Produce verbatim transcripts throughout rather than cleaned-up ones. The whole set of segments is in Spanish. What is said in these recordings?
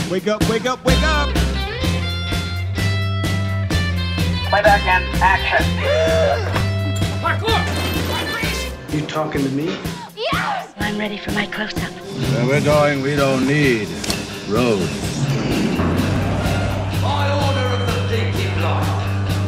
Wake up, wake up, wake up! Playback and action. You talking to me? Yes! I'm ready for my close-up. Where we're going, we don't need roads. By order of the Peaky Blinders.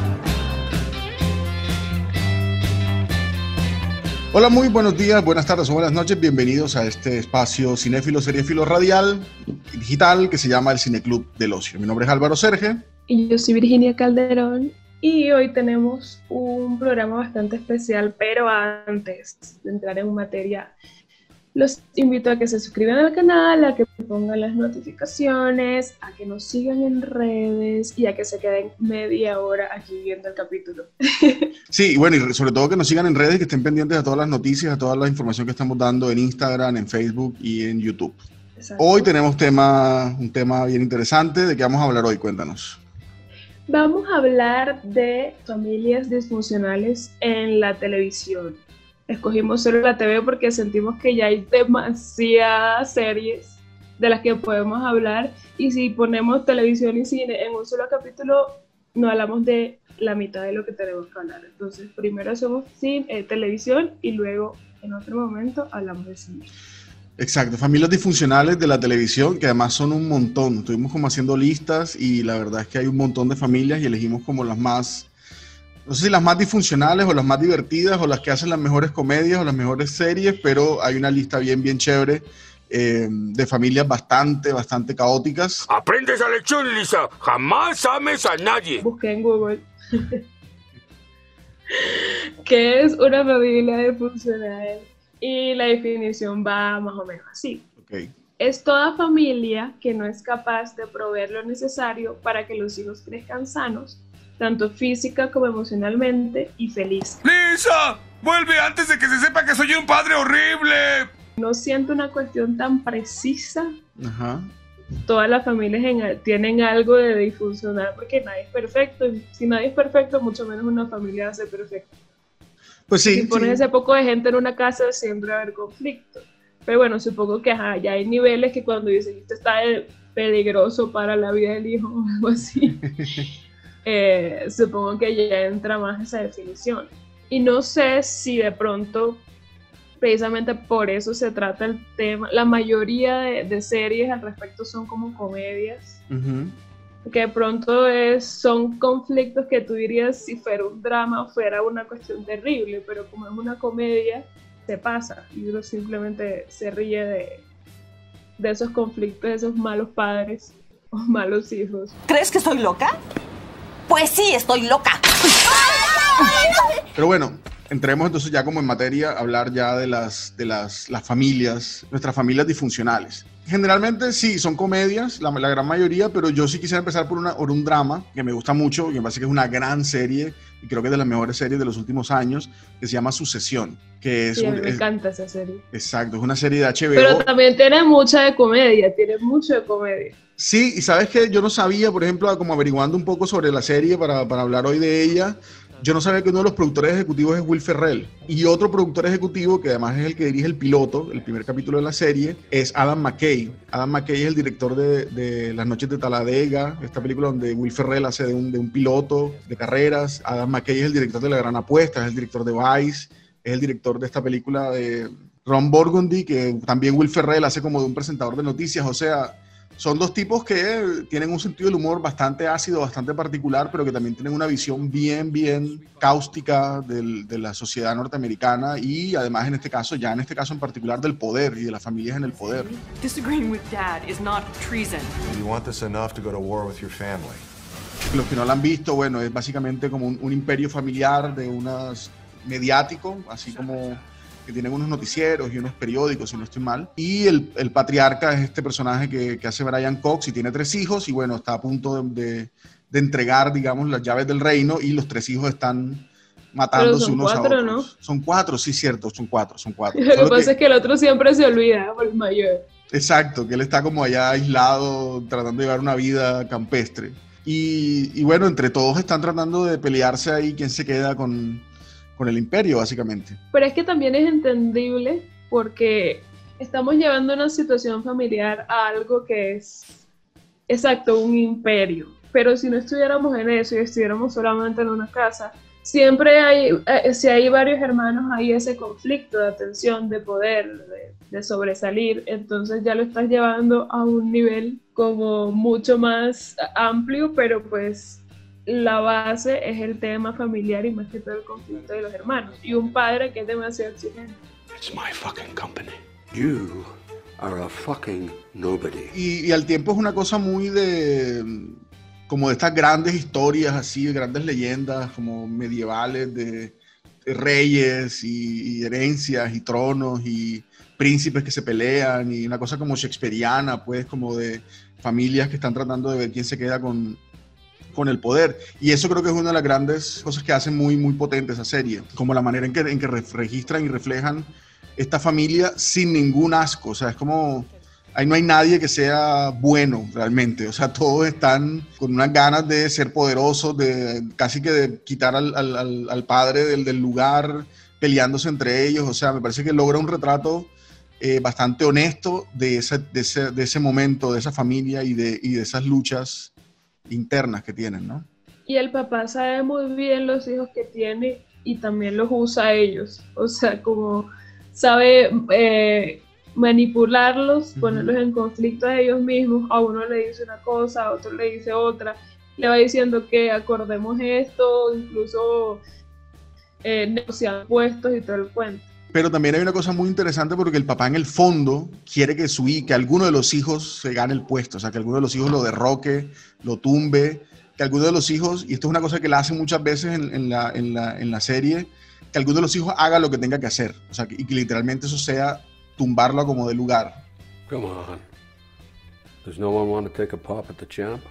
Hola, muy buenos días, buenas tardes o buenas noches. Bienvenidos a este espacio cinéfilo, seriéfilo radial, digital, que se llama el Cineclub del Ocio. Mi nombre es Álvaro Serge. Y yo soy Virginia Calderón. Y hoy tenemos un programa bastante especial, pero antes de entrar en materia, los invito a que se suscriban al canal, a que pongan las notificaciones, a que nos sigan en redes y a que se queden media hora aquí viendo el capítulo. Sí, y bueno, y sobre todo que nos sigan en redes, que estén pendientes a todas las noticias, a toda la información que estamos dando en Instagram, en Facebook y en YouTube. Exacto. Hoy tenemos tema, un tema bien interesante. ¿De qué vamos a hablar hoy? Cuéntanos. Vamos a hablar de familias disfuncionales en la televisión. Escogimos solo la T V porque sentimos que ya hay demasiadas series de las que podemos hablar, y si ponemos televisión y cine en un solo capítulo, no hablamos de la mitad de lo que tenemos que hablar. Entonces, primero hacemos cine, eh, televisión y luego, en otro momento, hablamos de cine. Exacto, familias disfuncionales de la televisión, que además son un montón. Estuvimos como haciendo listas y la verdad es que hay un montón de familias y elegimos como las más, no sé si las más disfuncionales o las más divertidas o las que hacen las mejores comedias o las mejores series, pero hay una lista bien, bien chévere eh, de familias bastante, bastante caóticas. Aprende esa lección, Lisa. Jamás ames a nadie. Busqué en Google. ¿Qué es una familia disfuncional? Y la definición va más o menos así. Okay. Es toda familia que no es capaz de proveer lo necesario para que los hijos crezcan sanos, tanto física como emocionalmente, y felices. ¡Lisa! ¡Vuelve antes de que se sepa que soy un padre horrible! No siento una cuestión tan precisa. Ajá. Todas las familias en, tienen algo de disfuncional porque nadie es perfecto. Y si nadie es perfecto, mucho menos una familia va a ser perfecta. Pues sí, si pones sí. ese poco de gente en una casa, siempre va a haber conflicto. Pero bueno, supongo que ajá, ya hay niveles que cuando dicen esto está peligroso para la vida del hijo o algo así, eh, supongo que ya entra más esa definición. Y no sé si de pronto, precisamente por eso se trata el tema, la mayoría de, de series al respecto son como comedias. Uh-huh. Que de pronto es, son conflictos que tú dirías si fuera un drama fuera una cuestión terrible, pero como es una comedia, se pasa y uno simplemente se ríe de, de esos conflictos, de esos malos padres o malos hijos. ¿Crees que estoy loca? Pues sí, estoy loca. Pero bueno, entremos entonces ya como en materia a hablar ya de las, de las, las familias, nuestras familias disfuncionales. Generalmente sí, son comedias, la, la gran mayoría, pero yo sí quisiera empezar por, una, por un drama que me gusta mucho, que me parece que es una gran serie y creo que es de las mejores series de los últimos años, que se llama Sucesión. Que es sí, a mí un, me es, encanta esa serie. Exacto, es una serie de H B O. Pero también tiene mucha de comedia, tiene mucho de comedia. Sí, y sabes que yo no sabía, por ejemplo, como averiguando un poco sobre la serie para, para hablar hoy de ella, yo no sabía que uno de los productores ejecutivos es Will Ferrell. Y otro productor ejecutivo, que además es el que dirige el piloto, el primer capítulo de la serie, es Adam McKay. Adam McKay es el director de, de Las Noches de Talladega, esta película donde Will Ferrell hace de un, de un piloto de carreras. Adam McKay es el director de La Gran Apuesta, es el director de Vice, es el director de esta película de Ron Burgundy, que también Will Ferrell hace como de un presentador de noticias. O sea, son dos tipos que tienen un sentido del humor bastante ácido, bastante particular, pero que también tienen una visión bien, bien cáustica del, de la sociedad norteamericana y además en este caso, ya en este caso en particular, del poder y de las familias en el poder. Disagreeing with Dad is not treason. You want this enough to go to war with your family. Los que no la han visto, bueno, es básicamente como un, un imperio familiar de unas mediático, así como que tienen unos noticieros y unos periódicos, si no estoy mal. Y el, el patriarca es este personaje que, que hace Brian Cox y tiene tres hijos y bueno, está a punto de, de, de entregar, digamos, las llaves del reino y los tres hijos están matándose unos cuatro, a otros. ¿no? Son cuatro, sí, cierto, son cuatro, son cuatro. Lo que Solo pasa que, es que el otro siempre se olvida, por el mayor. Exacto, que él está como allá aislado, tratando de llevar una vida campestre. Y, y bueno, entre todos están tratando de pelearse ahí quién se queda con, con el imperio, básicamente. Pero es que también es entendible porque estamos llevando una situación familiar a algo que es exacto, un imperio. Pero si no estuviéramos en eso y estuviéramos solamente en una casa, siempre hay, eh, si hay varios hermanos, hay ese conflicto de atención, de poder, de, de sobresalir. Entonces ya lo estás llevando a un nivel como mucho más amplio, pero pues la base es el tema familiar y más que todo el conflicto de los hermanos. Y un padre que es demasiado exigente. It's my fucking company. You are a fucking nobody. Y, y al tiempo es una cosa muy de... como de estas grandes historias así, de grandes leyendas como medievales de, de reyes y, y herencias y tronos y príncipes que se pelean y una cosa como shakespeariana, pues como de familias que están tratando de ver quién se queda con, con el poder. Y eso creo que es una de las grandes cosas que hacen muy, muy potente esa serie, como la manera en que, en que re- registran y reflejan esta familia sin ningún asco. O sea, es como... ahí no hay nadie que sea bueno realmente, o sea, todos están con unas ganas de ser poderosos, de casi que de quitar al, al, al padre del, del lugar, peleándose entre ellos. O sea, me parece que logra un retrato eh, bastante honesto de ese, de, ese, de ese momento, de esa familia y de, y de esas luchas internas que tienen, ¿no? Y el papá sabe muy bien los hijos que tiene y también los usa a ellos, o sea, como sabe... Eh, manipularlos, uh-huh. ponerlos en conflicto a ellos mismos. A uno le dice una cosa, a otro le dice otra, le va diciendo que acordemos esto, incluso eh, negociar puestos y todo el cuento. Pero también hay una cosa muy interesante porque el papá en el fondo quiere que su que alguno de los hijos se gane el puesto, o sea, que alguno de los hijos lo derroque, lo tumbe, que alguno de los hijos, y esto es una cosa que la hace muchas veces en, en, la, en, la, en la serie, que alguno de los hijos haga lo que tenga que hacer, o sea, que, y que literalmente eso sea tumbarlo como de lugar. Come on. Does no one want to take a pop at the champ?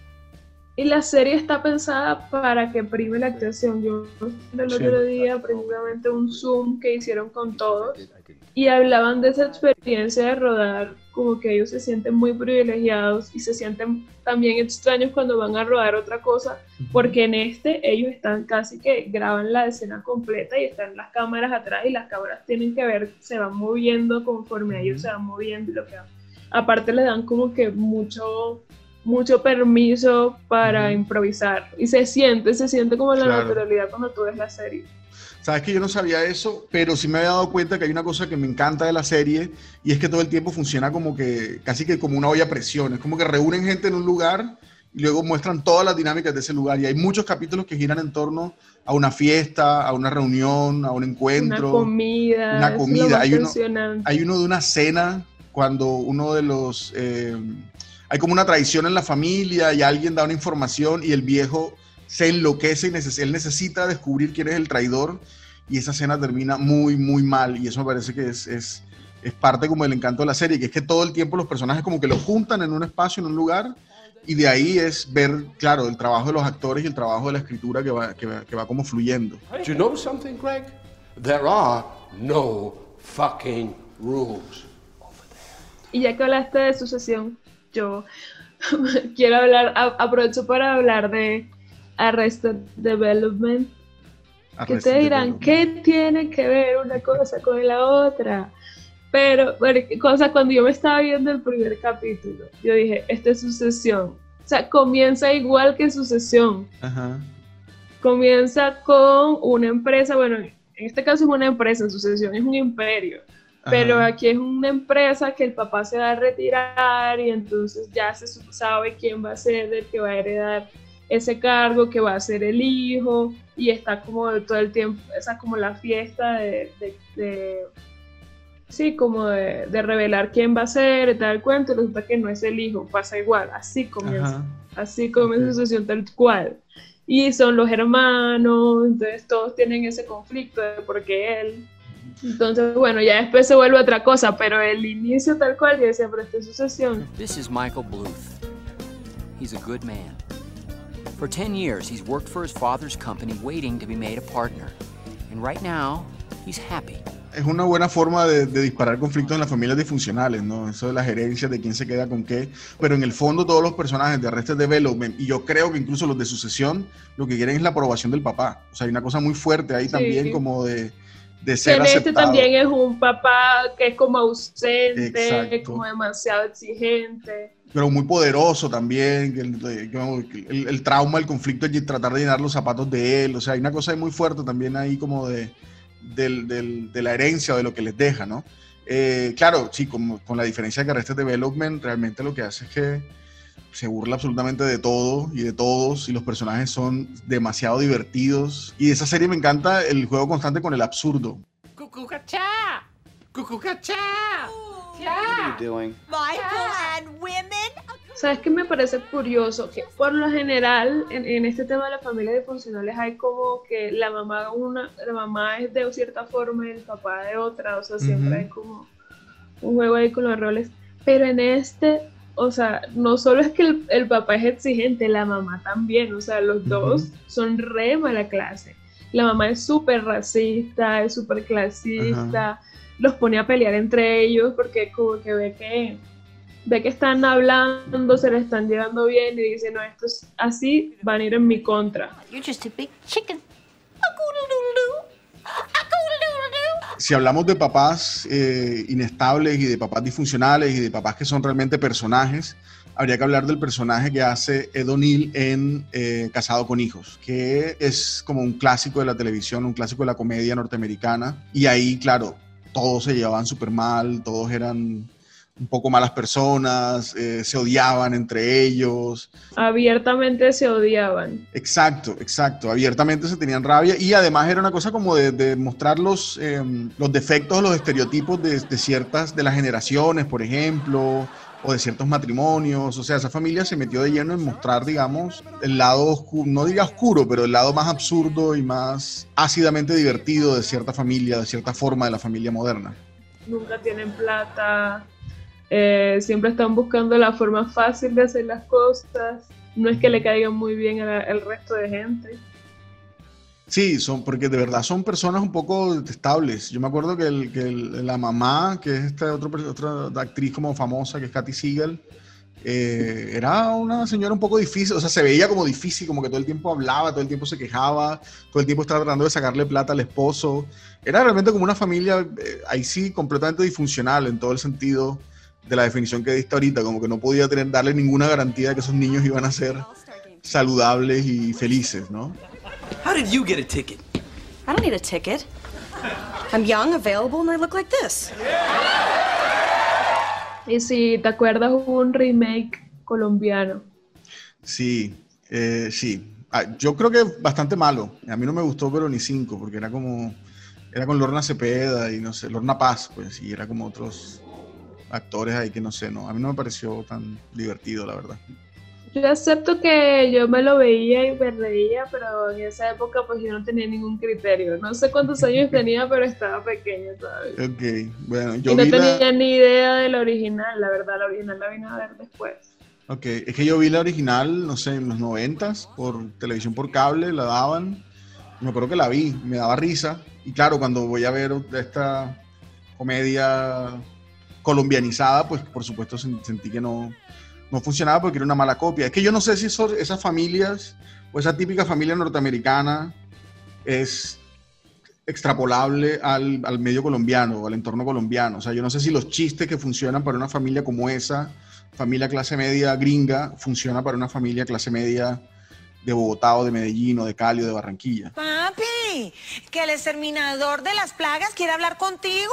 Y la serie está pensada para que prime la actuación. Yo el Sí. otro día precisamente un Zoom que hicieron con todos y hablaban de esa experiencia de rodar, como que ellos se sienten muy privilegiados y se sienten también extraños cuando van a rodar otra cosa, porque en este ellos están casi que graban la escena completa y están las cámaras atrás y las cámaras tienen que ver, se van moviendo conforme ellos se van moviendo y lo que van. Aparte les dan como que mucho mucho permiso para uh-huh. improvisar y se siente, se siente como la Claro. naturalidad cuando tú ves la serie. Sabes que yo no sabía eso, pero sí me había dado cuenta que hay una cosa que me encanta de la serie y es que todo el tiempo funciona como que, casi que como una olla a presión. Es como que reúnen gente en un lugar y luego muestran todas las dinámicas de ese lugar. Y hay muchos capítulos que giran en torno a una fiesta, a una reunión, a un encuentro. Una comida. Una comida. Hay uno, hay hay uno de una cena cuando uno de los... Eh, hay como una traición en la familia y alguien da una información y el viejo se enloquece y neces- él necesita descubrir quién es el traidor y esa escena termina muy, muy mal y eso me parece que es, es, es parte como del encanto de la serie, que es que todo el tiempo los personajes como que los juntan en un espacio, en un lugar y de ahí es ver, claro, el trabajo de los actores y el trabajo de la escritura que va, que va, que va como fluyendo. Do you know something, Greg? There are no fucking rules. Y ya que hablaste de Sucesión, yo quiero hablar, a, aprovecho para hablar de Arrested Development. Que ustedes dirán, ¿qué tiene que ver una cosa con la otra? Pero, bueno, cosa, cuando yo me estaba viendo el primer capítulo, yo dije, esta es Sucesión. O sea, comienza igual que Sucesión. Ajá. Comienza con una empresa, bueno, en este caso es una empresa, en Sucesión es un imperio. Pero Ajá. aquí es una empresa que el papá se va a retirar y entonces ya se sabe quién va a ser el que va a heredar ese cargo, que va a ser el hijo, y está como todo el tiempo, esa es como la fiesta de, de, de sí, como de, de revelar quién va a ser, y tal el cuento, y resulta que no es el hijo, pasa igual, así comienza, Ajá. así comienza okay. Sucesión tal cual. Y son los hermanos, entonces todos tienen ese conflicto de por qué él. Entonces, bueno, ya después se vuelve otra cosa, pero el inicio tal cual, yo decía, pero esta es Sucesión. This is Michael Bluth. He's a good man. For ten years, he's worked for his father's company, waiting to be made a partner. And right now, he's happy. Es una buena forma de, de disparar conflictos en las familias disfuncionales, ¿no? Eso de las herencias, de quién se queda con qué. Pero en el fondo todos los personajes de Arrested Development, y yo creo que incluso los de Sucesión, lo que quieren es la aprobación del papá. O sea, hay una cosa muy fuerte ahí sí. también como de... de ser que en aceptado. Este también es un papá que es como ausente, Exacto. como demasiado exigente. pero muy poderoso también, que el, que el, el trauma, el conflicto de tratar de llenar los zapatos de él, o sea, hay una cosa muy fuerte también ahí como de, de, de, de la herencia o de lo que les deja, ¿no? Eh, claro, sí, con, con la diferencia que Arrested Development realmente lo que hace es que se burla absolutamente de todo y de todos, y los personajes son demasiado divertidos, y de esa serie me encanta el juego constante con el absurdo. ¡Cucucachá! ¡Cucucachá! What are you doing? Michael and women. ¿Sabes qué me parece curioso? Que por lo general en, en este tema de las familias disfuncionales hay como que la mamá una la mamá es de cierta forma y el papá de otra, o sea, siempre uh-huh. hay como un juego ahí con los roles, pero en este, o sea, no solo es que el, el papá es exigente, la mamá también, o sea, los uh-huh. dos son re mala clase. La mamá es súper racista, es súper clasista, uh-huh. los pone a pelear entre ellos porque como que ve que ve que están hablando, se le están llevando bien y dice, no, esto es así, van a ir en mi contra. You're just a big chicken. Si hablamos de papás eh, inestables y de papás disfuncionales y de papás que son realmente personajes, habría que hablar del personaje que hace Ed O'Neill en eh, Casado con Hijos, que es como un clásico de la televisión, un clásico de la comedia norteamericana, y ahí, claro, todos se llevaban súper mal, todos eran un poco malas personas, eh, se odiaban entre ellos. Abiertamente se odiaban. Exacto, exacto, abiertamente se tenían rabia, y además era una cosa como de, de mostrar los, eh, los defectos, los estereotipos de, de ciertas, de las generaciones, por ejemplo, o de ciertos matrimonios. O sea, esa familia se metió de lleno en mostrar, digamos, el lado oscuro, no diría oscuro, pero el lado más absurdo y más ácidamente divertido de cierta familia, de cierta forma de la familia moderna. Nunca tienen plata, eh, siempre están buscando la forma fácil de hacer las cosas, no es que le caigan muy bien al resto de gente. Sí, son, porque de verdad son personas un poco detestables. Yo me acuerdo que, el, que el, la mamá, que es esta otro, otra actriz como famosa, que es Kathy Siegel, eh, era una señora un poco difícil, o sea, se veía como difícil, como que todo el tiempo hablaba, todo el tiempo se quejaba, todo el tiempo estaba tratando de sacarle plata al esposo. Era realmente como una familia, eh, ahí sí, completamente disfuncional en todo el sentido de la definición que diste ahorita, como que no podía tener, darle ninguna garantía de que esos niños iban a ser saludables y felices, ¿no? How did you get a ticket? I don't need a ticket. I'm young, available, and I look like this. Y si te acuerdas, hubo un remake colombiano. Sí, eh, sí. Ah, yo creo que bastante malo. A mí no me gustó, pero ni cinco, porque era como... Era con Lorna Cepeda y no sé, Lorna Paz, pues, y era como otros actores ahí que no sé, no. A mí no me pareció tan divertido, la verdad. Yo acepto que yo me lo veía y me reía, pero en esa época pues yo no tenía ningún criterio. No sé cuántos años tenía, pero estaba pequeña todavía. Ok, bueno, yo y no vi tenía la... ni idea de la original, la verdad, la original la vine a ver después. Ok, es que yo vi la original, no sé, en los noventas, por televisión por cable, la daban. Me acuerdo que la vi, me daba risa. Y claro, cuando voy a ver esta comedia colombianizada, pues por supuesto sentí que no... no funcionaba porque era una mala copia. Es que yo no sé si eso, esas familias o esa típica familia norteamericana es extrapolable al, al medio colombiano o al entorno colombiano. O sea, yo no sé si los chistes que funcionan para una familia como esa, familia clase media gringa, funciona para una familia clase media de Bogotá o de Medellín o de Cali o de Barranquilla. Papi, que el exterminador de las plagas quiere hablar contigo.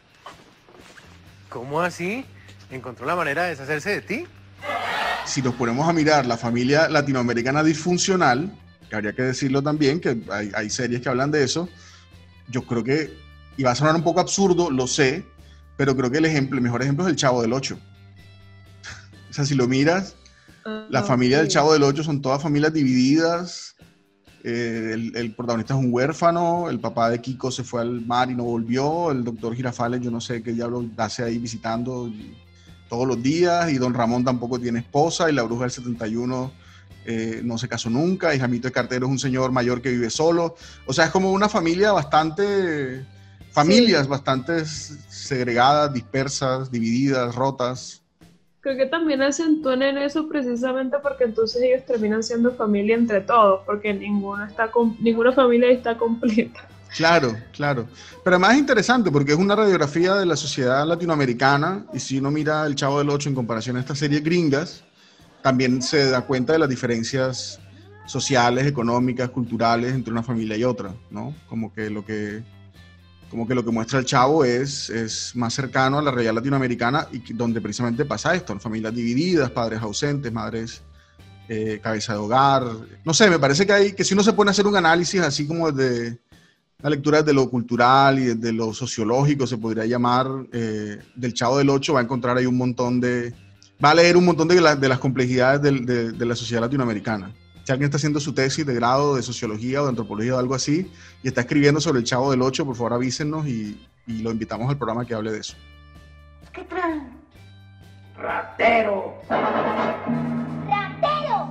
¿Cómo así? ¿Encontró la manera de deshacerse de ti? Si nos ponemos a mirar la familia latinoamericana disfuncional, que habría que decirlo también, que hay, hay series que hablan de eso, yo creo que, y va a sonar un poco absurdo, lo sé, pero creo que el ejemplo, el mejor ejemplo es el Chavo del Ocho. O sea, si lo miras, uh, la familia okay. del Chavo del Ocho son todas familias divididas, eh, el, el protagonista es un huérfano, el papá de Kiko se fue al mar y no volvió, el doctor Girafales, yo no sé qué diablo hace ahí visitando todos los días, y don Ramón tampoco tiene esposa, y la bruja del setenta y uno eh, no se casó nunca, y Jamito el Cartero es un señor mayor que vive solo. O sea, es como una familia bastante, familias sí. bastante segregadas, dispersas, divididas, rotas. Creo que también acentúan en eso precisamente porque entonces ellos terminan siendo familia entre todos, porque ninguna, está com- ninguna familia está completa. Claro, claro. Pero además es interesante porque es una radiografía de la sociedad latinoamericana y si uno mira El Chavo del Ocho en comparación a estas series gringas, también se da cuenta de las diferencias sociales, económicas, culturales entre una familia y otra, ¿no? Como que lo que, como que, lo que muestra El Chavo es, es más cercano a la realidad latinoamericana y que, donde precisamente pasa esto, ¿no? Familias divididas, padres ausentes, madres eh, cabeza de hogar. No sé, me parece que, hay, que si uno se pone a hacer un análisis así como desde la lectura desde lo cultural y desde lo sociológico, se podría llamar, eh, del Chavo del Ocho, va a encontrar ahí un montón de... va a leer un montón de, la, de las complejidades de, de, de la sociedad latinoamericana. Si alguien está haciendo su tesis de grado de sociología o de antropología o algo así y está escribiendo sobre el Chavo del Ocho, por favor avísenos y, y lo invitamos al programa que hable de eso. ¿Qué traen? ¡Ratero! ¡Ratero!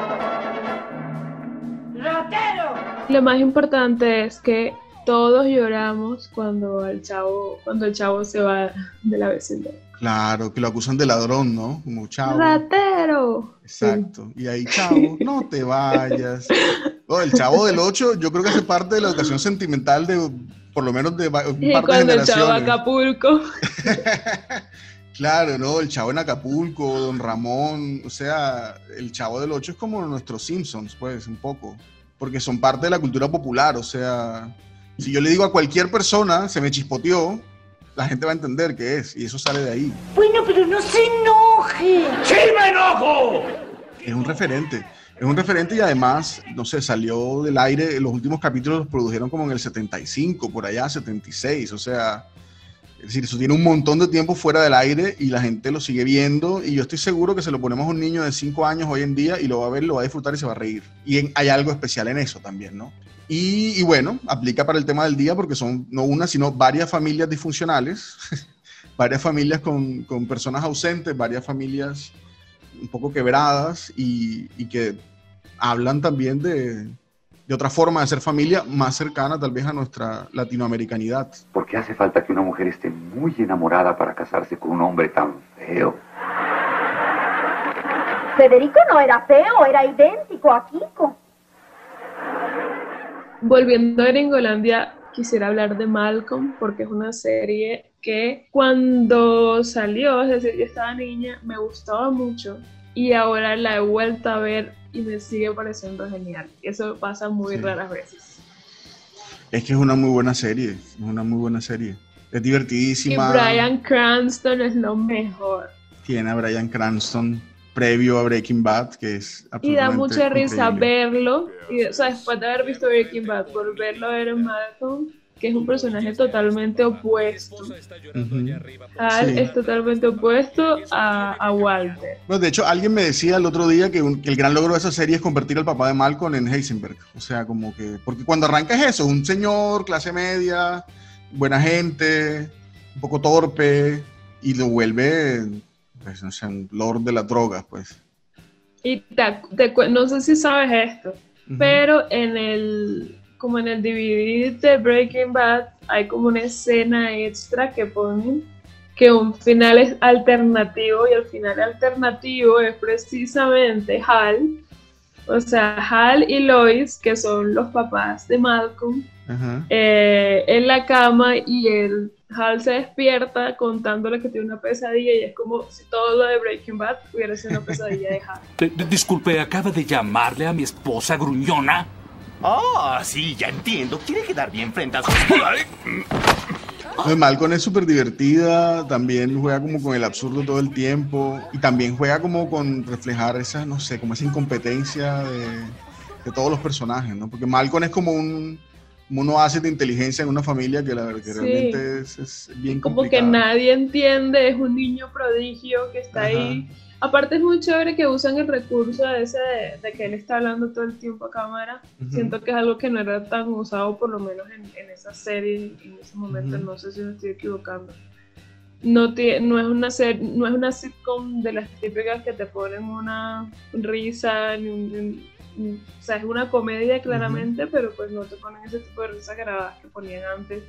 ¡Ratero! Lo más importante es que todos lloramos cuando el chavo, cuando el chavo se va de la vecindad. Claro, que lo acusan de ladrón, ¿no? Como Chavo. ¡Ratero! Exacto. Y ahí, Chavo, no te vayas. Oh, el Chavo del Ocho, yo creo que hace parte de la educación sentimental de, por lo menos, de un par de y cuando generaciones. El Chavo a Acapulco. Claro, ¿no? El Chavo en Acapulco, Don Ramón, o sea, el Chavo del Ocho es como nuestros Simpsons, pues, un poco. Porque son parte de la cultura popular, o sea, si yo le digo a cualquier persona, se me chispoteó, la gente va a entender qué es, y eso sale de ahí. Bueno, pero no se enoje. ¡Sí me enojo! Es un referente, es un referente y además, no sé, salió del aire, los últimos capítulos los produjeron como en el setenta y cinco, por allá, setenta y seis, o sea, es decir, eso tiene un montón de tiempo fuera del aire y la gente lo sigue viendo y yo estoy seguro que se lo ponemos a un niño de cinco años hoy en día y lo va a ver, lo va a disfrutar y se va a reír. Y en, hay algo especial en eso también, ¿no? Y, y bueno, aplica para el tema del día porque son no una, sino varias familias disfuncionales, varias familias con, con personas ausentes, varias familias un poco quebradas y, y que hablan también de, de otra forma de ser familia más cercana tal vez a nuestra latinoamericanidad. ¿Por qué hace falta que una mujer esté muy enamorada para casarse con un hombre tan feo? Federico no era feo, era idéntico a Kiko. Volviendo a Gringolandia, quisiera hablar de Malcolm porque es una serie que cuando salió, es decir, yo estaba niña, me gustaba mucho y ahora la he vuelto a ver y me sigue pareciendo genial. Eso pasa muy sí. raras veces. Es que es una muy buena serie, es una muy buena serie. Es divertidísima. Y Bryan Cranston es lo mejor. Tiene a Bryan Cranston previo a Breaking Bad, que es absolutamente y da mucha risa increíble. verlo, y, o sea, después de haber visto Breaking Bad, volverlo a ver en Malcolm, que es un personaje totalmente opuesto. Uh-huh. Hal sí. es totalmente opuesto a, a Walter. Bueno, de hecho, alguien me decía el otro día que, un, que el gran logro de esa serie es convertir al papá de Malcolm en Heisenberg. O sea, como que... Porque cuando arranca es eso, un señor, clase media, buena gente, un poco torpe, y lo vuelve... pues no sé, un lord de las drogas, pues. Y te, te, no sé si sabes esto, uh-huh. pero en el, como en el D V D de Breaking Bad, hay como una escena extra que ponen que un final es alternativo, y el final alternativo es precisamente Hal, o sea, Hal y Lois, que son los papás de Malcolm, uh-huh. eh, en la cama, y el Hal se despierta contándole que tiene una pesadilla y es como si todo lo de Breaking Bad hubiera sido una pesadilla de Hal. D- disculpe, ¿acaba de llamarle a mi esposa gruñona? Ah, oh, sí, ya entiendo. Quiere quedar bien frente a su... No, Malcolm es súper divertida, también juega como con el absurdo todo el tiempo y también juega como con reflejar esa, no sé, como esa incompetencia de, de todos los personajes, ¿no? Porque Malcolm es como un... como un oasis de inteligencia en una familia que la verdad que sí. realmente es, es bien como complicado. Que nadie entiende, es un niño prodigio que está Ajá. ahí. Aparte es muy chévere que usan el recurso de ese de, de que él está hablando todo el tiempo a cámara. Uh-huh. Siento que es algo que no era tan usado, por lo menos en, en esa serie, en ese momento, uh-huh. no sé si me estoy equivocando. No, tiene, no, es una ser, no es una sitcom de las típicas que te ponen una risa, ni un, ni, o sea, es una comedia claramente, uh-huh. pero pues no te ponen ese tipo de risas grabadas que ponían antes.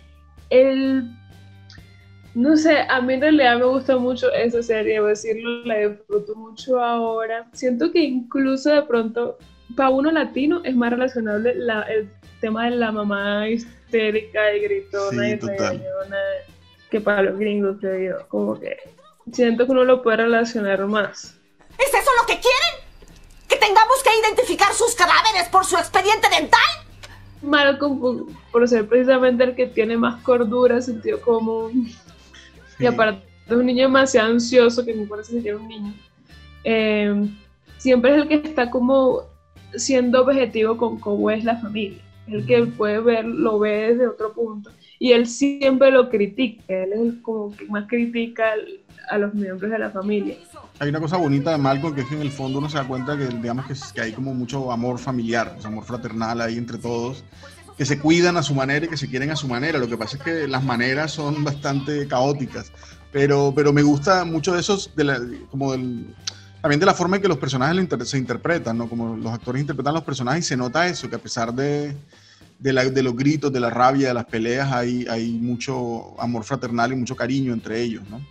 El, no sé, a mí en realidad me gusta mucho esa serie, debo decirlo, la disfruto mucho ahora. Siento que incluso de pronto para uno latino es más relacionable la, el tema de la mamá histérica y gritona Sí, y total. regañona que para los gringos, creo yo. Como que siento que uno lo puede relacionar más. ¿Es eso lo que quieren? ¿Que tengamos que identificar sus cadáveres por su expediente dental? Malcolm, por, por ser precisamente el que tiene más cordura, sentido común. Sí. Y aparte es un niño demasiado ansioso, que me parece que era un niño. Eh, siempre es el que está como siendo objetivo con cómo es la familia. Es el que puede ver, lo ve desde otro punto. Y él siempre lo critica. Él es el como que más critica al, a los miembros de la familia. Hay una cosa bonita de Malcolm, que es que en el fondo uno se da cuenta que, digamos, que, que hay como mucho amor familiar, o sea, amor fraternal ahí entre todos, que se cuidan a su manera y que se quieren a su manera. Lo que pasa es que las maneras son bastante caóticas, pero, pero me gusta mucho de esos, de la, como del, también de la forma en que los personajes lo inter, se interpretan, ¿no? Como los actores interpretan los personajes, y se nota eso, que a pesar de, de, la, de los gritos, de la rabia, de las peleas, hay, hay mucho amor fraternal y mucho cariño entre ellos, ¿no?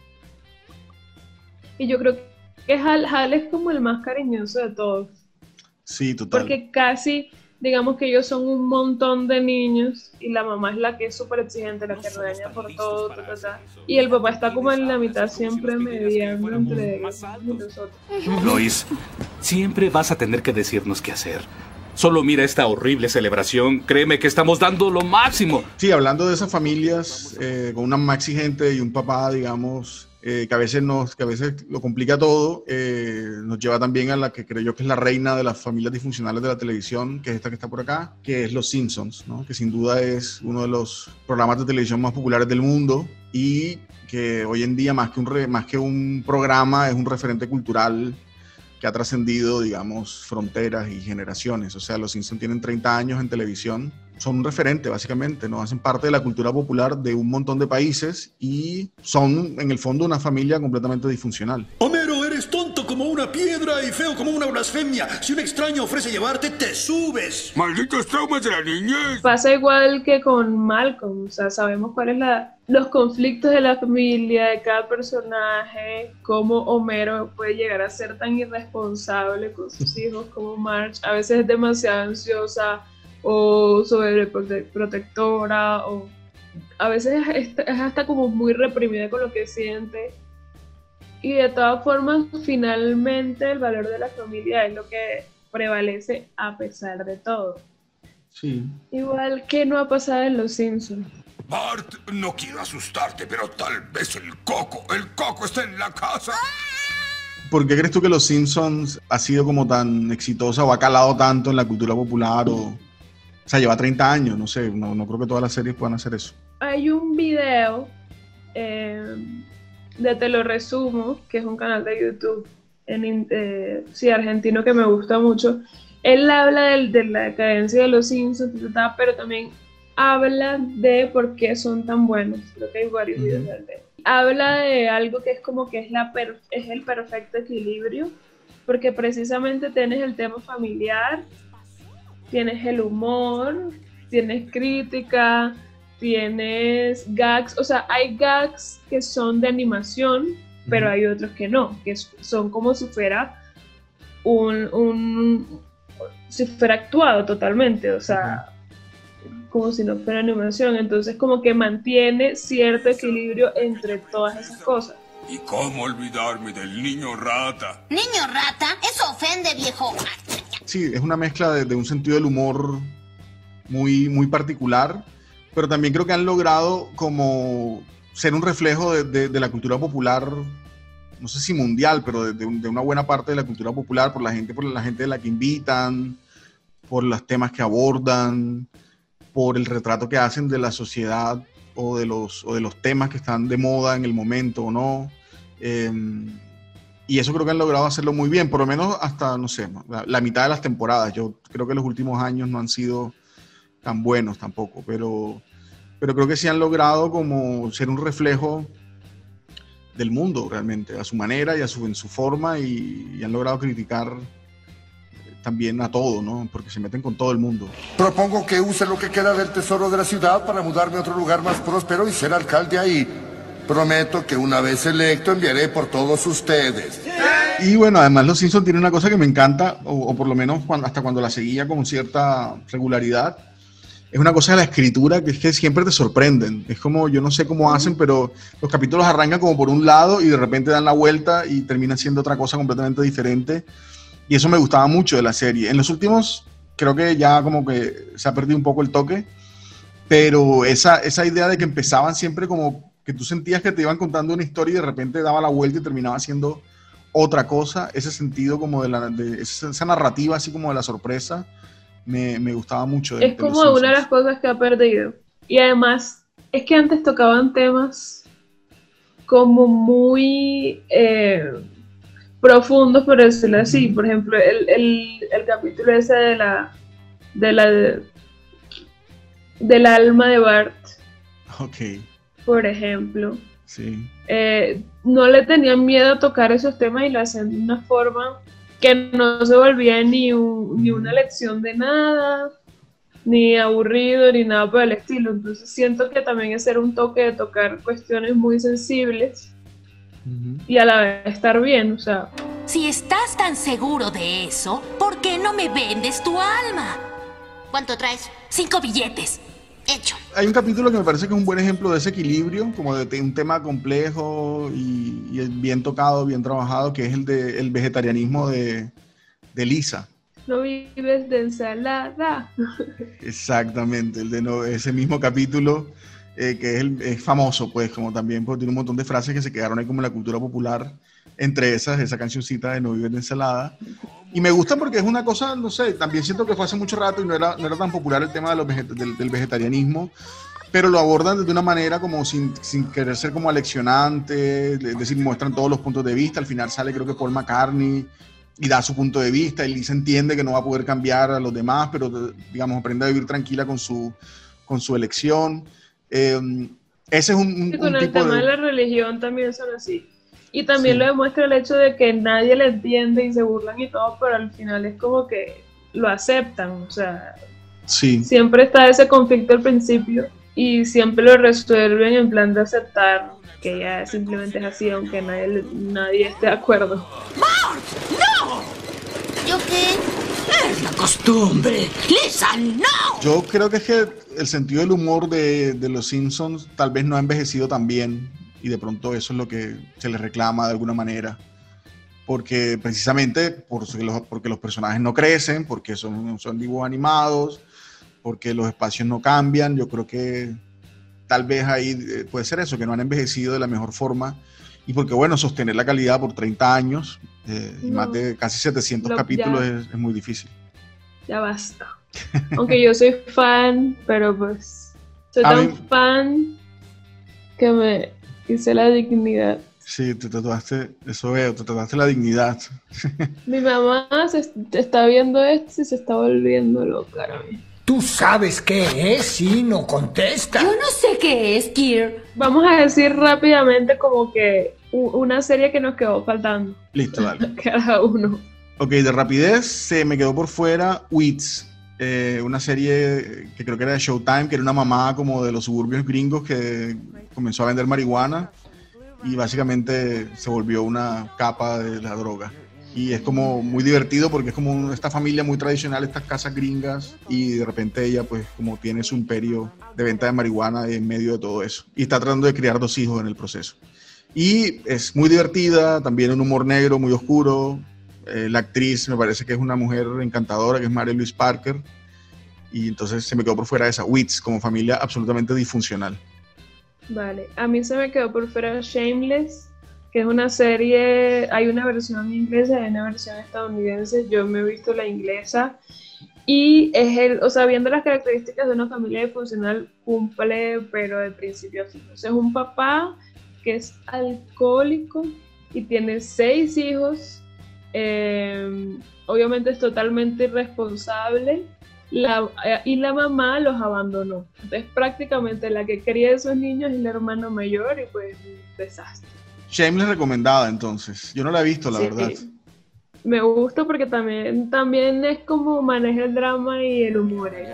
Y yo creo que Hal, Hal es como el más cariñoso de todos. Sí, total. Porque casi, digamos que ellos son un montón de niños y la mamá es la que es súper exigente, la que regaña por todo, ta, ta, ta. Y el papá está como en la mitad, siempre mediando entre ellos y nosotros. Lois, siempre vas a tener que decirnos qué hacer. Solo mira esta horrible celebración, créeme que estamos dando lo máximo. Sí, hablando de esas familias eh, con una mamá exigente y un papá, digamos, eh, que a veces nos, que a veces lo complica todo, eh, nos lleva también a la que creo yo que es la reina de las familias disfuncionales de la televisión, que es esta que está por acá, que es Los Simpsons, ¿no? Que sin duda es uno de los programas de televisión más populares del mundo y que hoy en día más que un, re, más que un programa es un referente cultural que ha trascendido, digamos, fronteras y generaciones. O sea, Los Simpsons tienen treinta años en televisión, son un referente básicamente, ¿no? Hacen parte de la cultura popular de un montón de países y son en el fondo una familia completamente disfuncional. Homero, eres tonto como una piedra y feo como una blasfemia. Si un extraño ofrece llevarte, te subes. ¡Malditos traumas de la niñez! Pasa igual que con Malcolm, o sea, sabemos cuáles son los conflictos de la familia, de cada personaje, cómo Homero puede llegar a ser tan irresponsable con sus hijos, como Marge a veces es demasiado ansiosa o sobreprotectora, o a veces es, es hasta como muy reprimida con lo que siente. Y de todas formas, finalmente el valor de la familia es lo que prevalece a pesar de todo. Sí. Igual que no ha pasado en Los Simpsons. Bart, no quiero asustarte, pero tal vez el coco, el coco está en la casa. ¿Por qué crees tú que Los Simpsons ha sido como tan exitosa o ha calado tanto en la cultura popular? O, o sea, lleva treinta años, no sé, no, no creo que todas las series puedan hacer eso. Hay un video eh, de Te lo resumo, que es un canal de YouTube en, eh, sí, argentino, que me gusta mucho. Él habla de, de la decadencia de Los Simpsons, pero también habla de por qué son tan buenos. Creo que hay varios uh-huh. videos de él. Habla de algo que es como que es, la per, es el perfecto equilibrio, porque precisamente tienes el tema familiar, tienes el humor, tienes crítica, tienes gags, o sea, hay gags que son de animación, pero hay otros que no, que son como si fuera un, un si fuera actuado totalmente, o sea, como si no fuera animación. Entonces como que mantiene cierto equilibrio entre todas esas cosas. ¿Y cómo olvidarme del niño rata? ¿Niño rata? Eso ofende, viejo. Sí, es una mezcla de, de un sentido del humor muy, muy particular, pero también creo que han logrado como ser un reflejo de, de, de la cultura popular, no sé si mundial, pero de, de, un, de una buena parte de la cultura popular, por la gente, por la gente de la que invitan, por los temas que abordan, por el retrato que hacen de la sociedad o de los, o de los temas que están de moda en el momento o no. Eh, y eso creo que han logrado hacerlo muy bien, por lo menos hasta, no sé, la, la mitad de las temporadas. Yo creo que los últimos años no han sido tan buenos tampoco, pero, pero creo que sí han logrado como ser un reflejo del mundo realmente, a su manera y a su, en su forma, y, y han logrado criticar también a todo, ¿no? Porque se meten con todo el mundo. Propongo que use lo que queda del tesoro de la ciudad para mudarme a otro lugar más próspero y ser alcalde ahí. Prometo que una vez electo enviaré por todos ustedes. ¡Sí! Y bueno, además Los Simpsons tienen una cosa que me encanta, o, o por lo menos cuando, hasta cuando la seguía con cierta regularidad, es una cosa de la escritura que es que siempre te sorprenden. Es como, yo no sé cómo hacen, pero los capítulos arrancan como por un lado y de repente dan la vuelta y terminan siendo otra cosa completamente diferente. Y eso me gustaba mucho de la serie. En los últimos, creo que ya como que se ha perdido un poco el toque, pero esa, esa idea de que empezaban siempre como que tú sentías que te iban contando una historia y de repente daba la vuelta y terminaba siendo otra cosa, ese sentido como de, la, de esa, esa narrativa así como de la sorpresa, me, me gustaba mucho. De, es de como una de las cosas que ha perdido. Y además, es que antes tocaban temas como muy eh, profundos, por decirlo así. Por ejemplo, el, el, el capítulo ese de la, de la de, del alma de Bart. Ok. Por ejemplo. Sí. Eh, no le tenían miedo a tocar esos temas y lo hacían de una forma que no se volvía ni, un, ni una lección de nada, ni aburrido, ni nada por el estilo. Entonces siento que también es ser un toque de tocar cuestiones muy sensibles uh-huh. y a la vez estar bien, o sea. Si estás tan seguro de eso, ¿por qué no me vendes tu alma? ¿Cuánto traes? Cinco billetes. Hecho. Hay un capítulo que me parece que es un buen ejemplo de ese equilibrio, como de un tema complejo y, y bien tocado, bien trabajado, que es el de el vegetarianismo de, de Lisa. No vives de ensalada. Exactamente, el de no, ese mismo capítulo eh, que es, el, es famoso, pues, como también pues, tiene un montón de frases que se quedaron ahí como en la cultura popular, entre esas, esa cancioncita de No vives de ensalada. Y me gusta porque es una cosa, no sé, también siento que fue hace mucho rato y no era, no era tan popular el tema de los veget del, del vegetarianismo, pero lo abordan de una manera como sin, sin querer ser como aleccionante, es decir, muestran todos los puntos de vista, al final sale creo que Paul McCartney y da su punto de vista y Lisa entiende que no va a poder cambiar a los demás, pero digamos, aprende a vivir tranquila con su, con su elección. Eh, ese es un, un, sí, con un el tipo tema de... de la religión también son así. Y también Sí. lo demuestra el hecho de que nadie le entiende y se burlan y todo, pero al final es como que lo aceptan, o sea, sí. siempre está ese conflicto al principio y siempre lo resuelven en plan de aceptar que ya simplemente es así, aunque nadie, nadie esté de acuerdo. ¡Mort! ¡No! ¿Yo qué? Es la costumbre. ¡Lisa, no! Yo creo que es que el sentido del humor de, de los Simpsons tal vez no ha envejecido tan bien y de pronto eso es lo que se les reclama de alguna manera, porque precisamente porque los, porque los personajes no crecen, porque son, son dibujos animados, porque los espacios no cambian. Yo creo que tal vez ahí puede ser eso, que no han envejecido de la mejor forma y porque bueno, sostener la calidad por treinta años eh, y No. más de casi setecientos Lo- capítulos ya. es, es muy difícil. Ya basta. Aunque yo soy fan, pero pues soy A tan mí- fan que me hice la dignidad. Sí, te tatuaste, eso veo, te tatuaste la dignidad. Mi mamá se est- está viendo esto y se está volviendo loca ahora mismo. ¿Tú sabes qué es? Sí, no contesta. Yo no sé qué es, Kier. Vamos a decir rápidamente como que u- una serie que nos quedó faltando. Listo, dale. Cada uno. Ok, de rapidez se me quedó por fuera Weeds, eh, una serie que creo que era de Showtime, que era una mamá como de los suburbios gringos que comenzó a vender marihuana y básicamente se volvió una capa de la droga. Y es como muy divertido porque es como un- esta familia muy tradicional, estas casas gringas, y de repente ella pues como tiene su imperio de venta de marihuana en medio de todo eso. Y está tratando de criar dos hijos en el proceso. Y es muy divertida, también un humor negro muy oscuro. Eh, la actriz me parece que es una mujer encantadora, que es Mary Louise Parker. Y entonces se me quedó por fuera esa, Weeds, como familia absolutamente disfuncional. Vale, a mí se me quedó por fuera Shameless, que es una serie, hay una versión inglesa y una versión estadounidense. Yo me he visto la inglesa y es el, o sea, viendo las características de una familia disfuncional, cumple, pero de principio a fin. O sea, es un papá que es alcohólico y tiene seis hijos, eh, obviamente es totalmente irresponsable. La, eh, y la mamá los abandonó. Entonces prácticamente la que cría a esos niños es la hermana mayor y pues un desastre. Shameless recomendada entonces. Yo no la he visto, la Sí, verdad. me gusta porque también, también es como maneja el drama y el humor. ¿eh?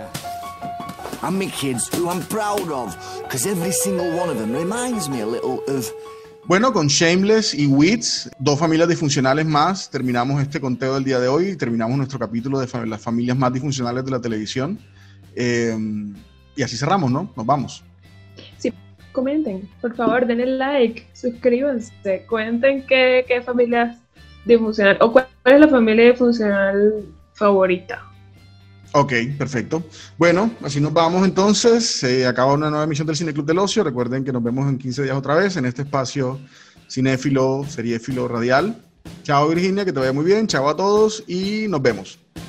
And my kids, who I'm proud of, because every single one of them reminds me a little of Bueno, con Shameless y Weeds, dos familias disfuncionales más, terminamos este conteo del día de hoy y terminamos nuestro capítulo de fa- las familias más disfuncionales de la televisión. Eh, y así cerramos, ¿no? Nos vamos. Sí, comenten, por favor, denle like, suscríbanse, cuenten qué, qué familias disfuncional o cuál es la familia disfuncional favorita. Ok, perfecto. Bueno, así nos vamos entonces. Se acaba una nueva emisión del Cine Club del Ocio. Recuerden que nos vemos en quince días otra vez en este espacio cinéfilo, seriéfilo, radial. Chao Virginia, que te vaya muy bien. Chao a todos y nos vemos.